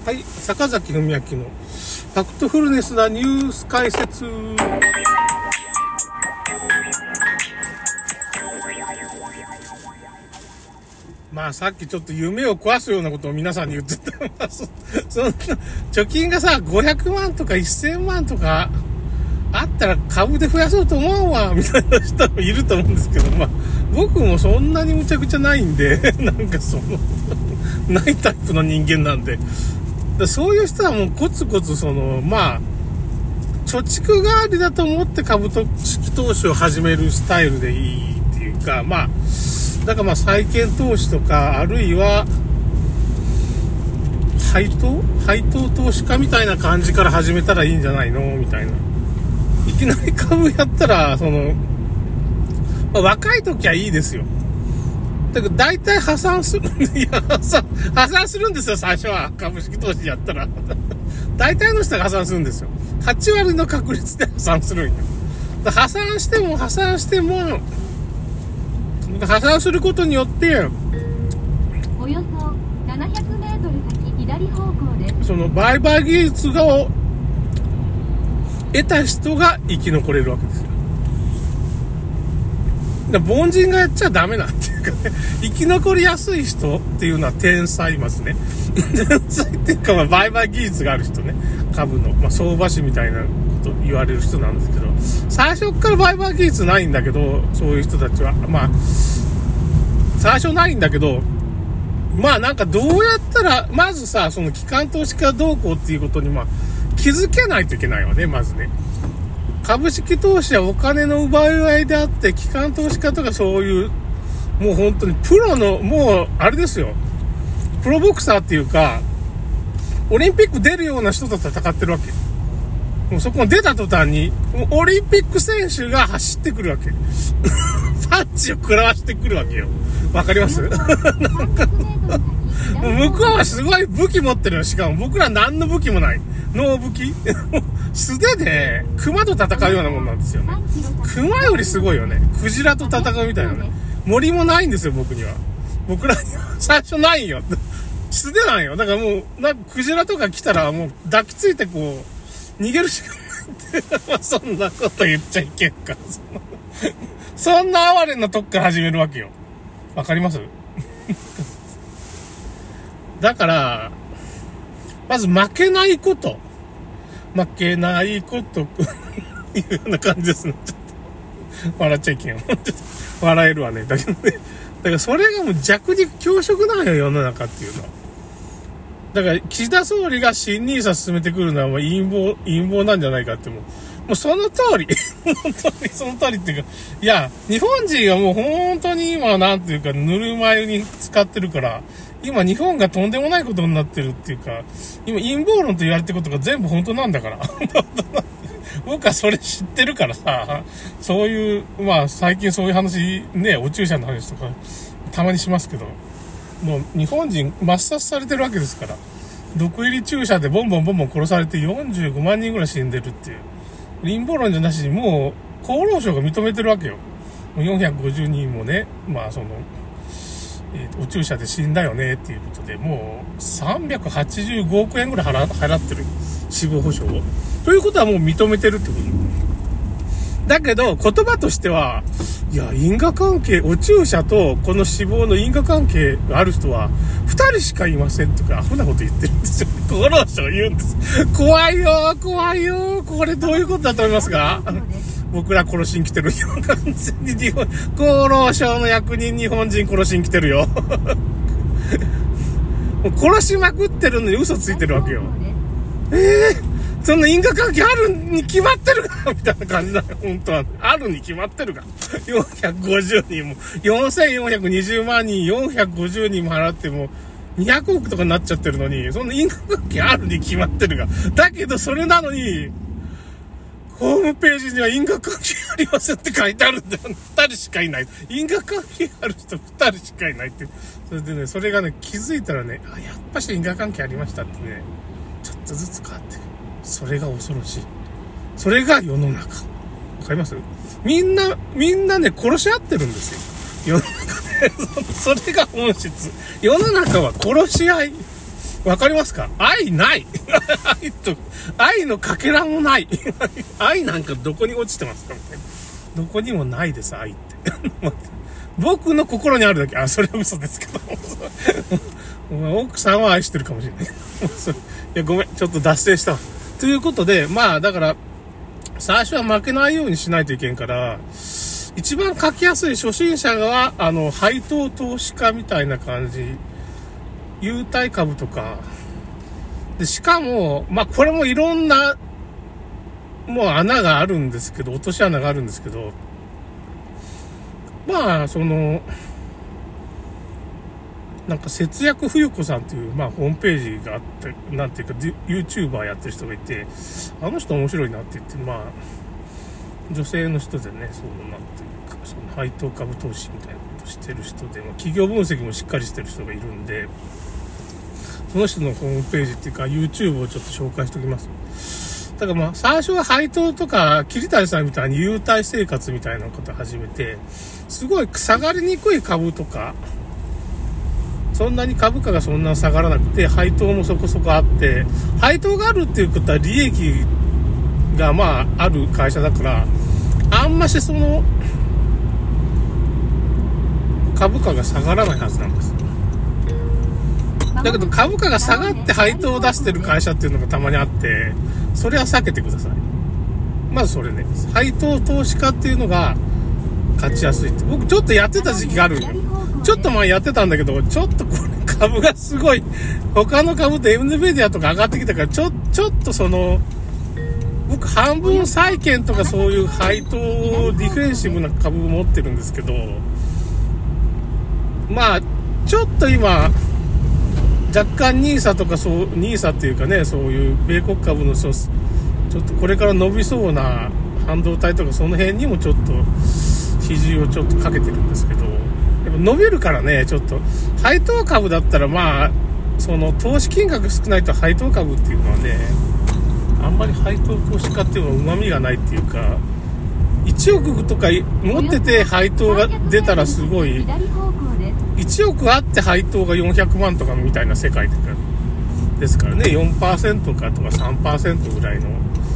はい、坂崎文明のファクトフルネスなニュース解説。まあさっきちょっと夢を壊すようなことを皆さんに言ってた。そんな貯金がさ500万とか1000万とかあったら株で増やそうと思うわみたいな人もいると思うんですけど、まあ僕もそんなにむちゃくちゃないんでなんかないタイプの人間なんで、そういう人はもうコツコツまあ貯蓄代わりだと思って株式投資を始めるスタイルでいいっていうか、まあだからまあ債券投資とか、あるいは配当投資家みたいな感じから始めたらいいんじゃないのみたいな。いきなり株やったらまあ、若い時はいいですよ。だけど大体破産する破産するんですよ。最初は株式投資やったら大体の人が破産するんですよ。8割の確率で破産するんよ。破産しても破産することによっておよそ700メートル先左方向です。 その売買技術を得た人が生き残れるわけですよ。凡人がやっちゃダメなんていうかね、生き残りやすい人っていうのは天才いますね。天才っていうか、まあ売買技術がある人ね、株の、まあ、相場師みたいなこと言われる人なんですけど、最初から売買技術ないんだけど、そういう人たちはまあ最初ないんだけど、まあなんかどうやったらまずさ、その機関投資家どうこうっていうことにまあ気づけないといけないわね。まずね、株式投資はお金の奪い合いであって、機関投資家とかそういうもう本当にプロのもうあれですよ、プロボクサーっていうかオリンピック出るような人と戦ってるわけ。もうそこに出た途端にオリンピック選手が走ってくるわけパンチを食らわしてくるわけよ。わかります？なんか向こうはすごい武器持ってるよ。しかも僕ら何の武器もない、ノー武器素手で熊と戦うようなもんなんですよね。熊よりすごいよね。クジラと戦うみたいなね。森もないんですよ、僕には。僕らには最初ないよ。素手なんよ。だからもうクジラとか来たらもう抱きついてこう逃げるしかないってそんなこと言っちゃいけんか。そんな哀れなとこから始めるわけよ。わかります？だからまず負けないこというような感じですね。ちょっと笑っちゃいけんよ。笑えるわね。だけどね、だからそれがもう弱肉強食なんよ、世の中っていうのは。だから岸田総理が新NISA進めてくるのはもう陰謀なんじゃないかって、もうその通りその通りっていうか、いや日本人はもう本当に今なんていうかぬるま湯に使ってるから、今日本がとんでもないことになってるっていうか、今陰謀論と言われてることが全部本当なんだから僕はそれ知ってるからさ、そういうまあ最近そういう話ね、お注射の話とかたまにしますけど、もう日本人抹殺されてるわけですから、毒入り注射でボンボン殺されて45万人ぐらい死んでるっていう陰謀論じゃなしに、もう厚労省が認めてるわけよ。もう450人もね、まあお注射で死んだよねっていうことで、もう385億円ぐらい払ってる、死亡保障を。ということはもう認めてるってことだけど、言葉としては、いや因果関係、お注射とこの死亡の因果関係がある人は2人しかいませんとかアホなこと言ってるんですよ。厚労省言うんです。怖いよ。これどういうことだと思いますか？僕ら殺しに来てるよ。完全に厚労省の役人日本人殺しに来てるよ。もう殺しまくってるのに嘘ついてるわけよ。そんな因果関係あるに決まってるかみたいな感じだよ。本当はあるに決まってるか。450人も4420万人450人も払っても200億とかになっちゃってるのに、そんな因果関係あるに決まってるが。だけどそれなのにホームページには因果関係ありませんって書いてあるんだよ。2人しかいない。因果関係ある人2人しかいないって。それでね、それがね、気づいたらね、やっぱし因果関係ありましたってね、ちょっとずつ変わってくる。それが恐ろしい。それが世の中。わかります？みんなね、殺し合ってるんですよ。世の中ね。それが本質。世の中は殺し合い。 わかりますか？愛ない。愛のかけらもない。愛なんかどこに落ちてますかみたいな。どこにもないです、愛って。僕の心にあるだけ。あ、それは嘘ですけど。奥さんは愛してるかもしれない。いや、ごめん。ちょっと脱線したわ。ということで、まあ、だから、最初は負けないようにしないといけんから、一番書きやすい初心者は、配当投資家みたいな感じ。優待株とか。で、しかも、まあ、これもいろんな、もう穴があるんですけど、落とし穴があるんですけど、まあ、なんか節約冬子さんっていう、まあ、ホームページがあって、なんていうか、YouTuber やってる人がいて、あの人面白いなって言って、まあ、女性の人でね、なんていうか、配当株投資みたいなことしてる人で、まあ、企業分析もしっかりしてる人がいるんで、その人のホームページっていうか YouTube をちょっと紹介しておきます。だからまあ最初は配当とか桐谷さんみたいに優待生活みたいなことを始めて、すごい下がりにくい株とか、そんなに株価がそんな下がらなくて、配当もそこそこあって、配当があるっていうことは利益がまあある会社だから、あんまし株価が下がらないはずなんです。だけど株価が下がって配当を出してる会社っていうのがたまにあって、それは避けてください。まずそれね。配当投資家っていうのが勝ちやすいって。僕ちょっとやってた時期があるよ。ちょっと前やってたんだけど、ちょっとこれ株がすごい、他の株と NVIDIA とか上がってきたから、ちょっと僕半分債券とかそういう配当ディフェンシブな株を持ってるんですけど、まあ、ちょっと今、若干NISAとかNISAっていうかね、そういう米国株のちょっとこれから伸びそうな半導体とかその辺にもちょっと比重をちょっとかけてるんですけど、やっぱ伸びるからね、ちょっと配当株だったらまあ、投資金額少ないと配当株っていうのはね、あんまり配当投資家っていうのは旨味がないっていうか、1億とか持ってて配当が出たらすごい、1億あって配当が400万とかみたいな世界ですからね、4% かとか 3% ぐらいの。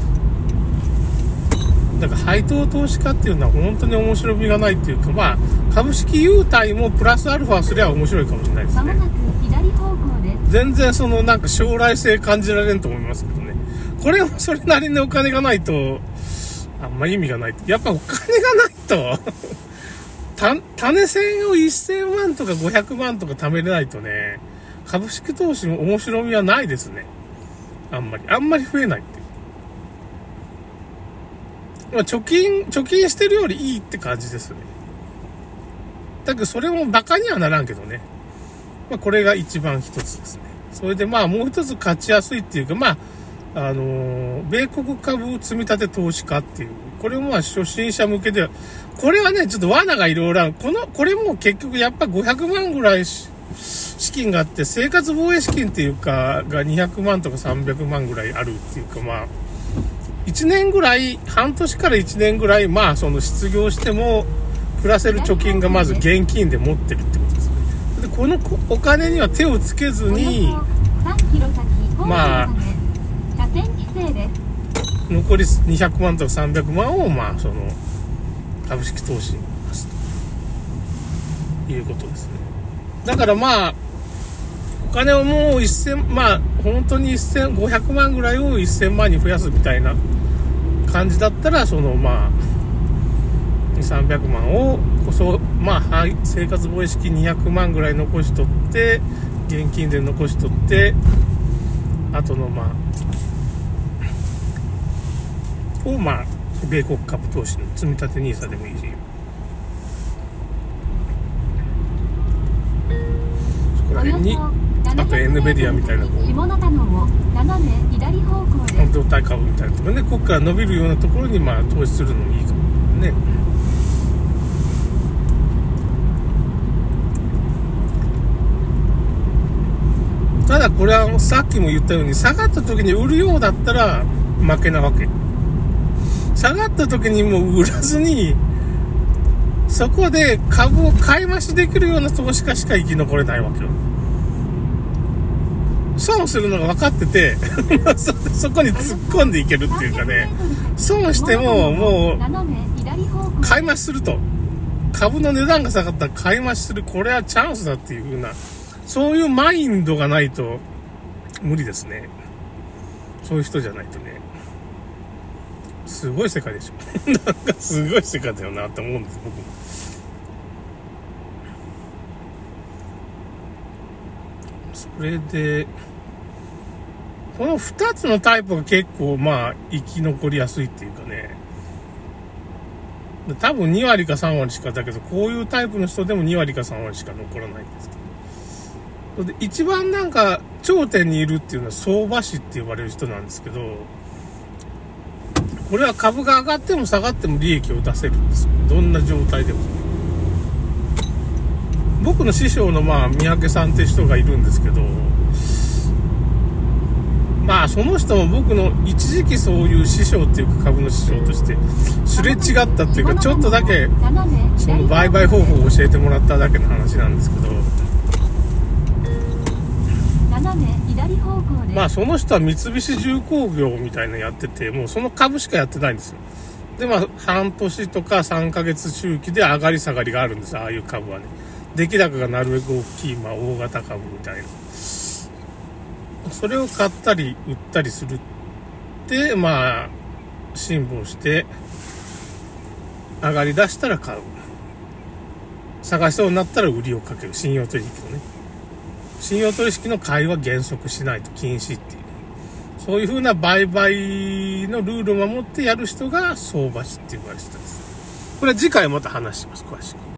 だから配当投資家っていうのは本当に面白みがないっていうか、まあ、株式優待もプラスアルファすりゃ面白いかもしれないですね。全然なんか将来性感じられんと思いますけどね。これもそれなりにお金がないと、あんま意味がない。やっぱお金がないと、種銭を1000万とか500万とか貯めれないとね、株式投資も面白みはないですね。あんまり増えないっていう。まあ、貯金してるよりいいって感じですね。だけどそれもバカにはならんけどね。まあ、これが一番一つですね。それでまあもう一つ勝ちやすいっていうか、まあ、米国株積み立て投資家っていう。これもまあ初心者向けでは、これはね、ちょっと罠がいろいろある。これも結局やっぱ500万ぐらい資金があって、生活防衛資金っていうか、が200万とか300万ぐらいあるっていうか、まあ、1年ぐらい、半年から1年ぐらい、まあ、失業しても、暮らせる貯金がまず現金で持ってるってことですね。で、このお金には手をつけずに、まあ、残り200万とか300万を、まあ、株式投資に回すということですね。だからまあ、お金をもうまあ、本当に500万ぐらいを1000万に増やすみたいな感じだったら、まあ、200、300万をまあ、生活防衛資金200万ぐらい残しとって、現金で残しとって、あとのまあ、まあ、米国株投資の積み立て NISA でもいいし、そこら辺に、あと NVIDIA みたいな半導体株みたいなところね、ここから伸びるようなところにまあ投資するのもいいかもね。ただこれはさっきも言ったように、下がった時に売るようだったら負けなわけ。下がった時にもう売らずに、そこで株を買い増しできるような投資家しか生き残れないわけよ。 損するのが分かっててそこに突っ込んでいけるっていうかね、損してももう買い増しすると、株の値段が下がったら買い増しする、これはチャンスだっていう風な、そういうマインドがないと無理ですね。そういう人じゃないとね。すごい世界でしょなんかすごい世界だよなって思うんです、僕も。それでこの2つのタイプが結構まあ生き残りやすいっていうかね、多分2割か3割しかだけど、こういうタイプの人でも2割か3割しか残らないんですけど、で一番なんか頂点にいるっていうのは相場師って呼ばれる人なんですけど、これは株が上がっても下がっても利益を出せるんですよ、どんな状態でも。僕の師匠の三宅さんって人がいるんですけど、その人も僕の一時期そういう師匠っていうか株の師匠としてすれ違ったっていうか、ちょっとだけその売買方法を教えてもらっただけの話なんですけど、その人は三菱重工業みたいなのやってて、もうその株しかやってないんですよ。で半年とか3ヶ月周期で上がり下がりがあるんです、ああいう株はね。出来高がなるべく大きい大型株みたいな、それを買ったり売ったりするって辛抱して上がり出したら買う、探しそうになったら売りをかける。信用取引のね、信用取引の買いは減速しないと禁止っていう、そういう風な売買のルールを守ってやる人が相場師って言われてたんです。これは次回また話します、詳しく。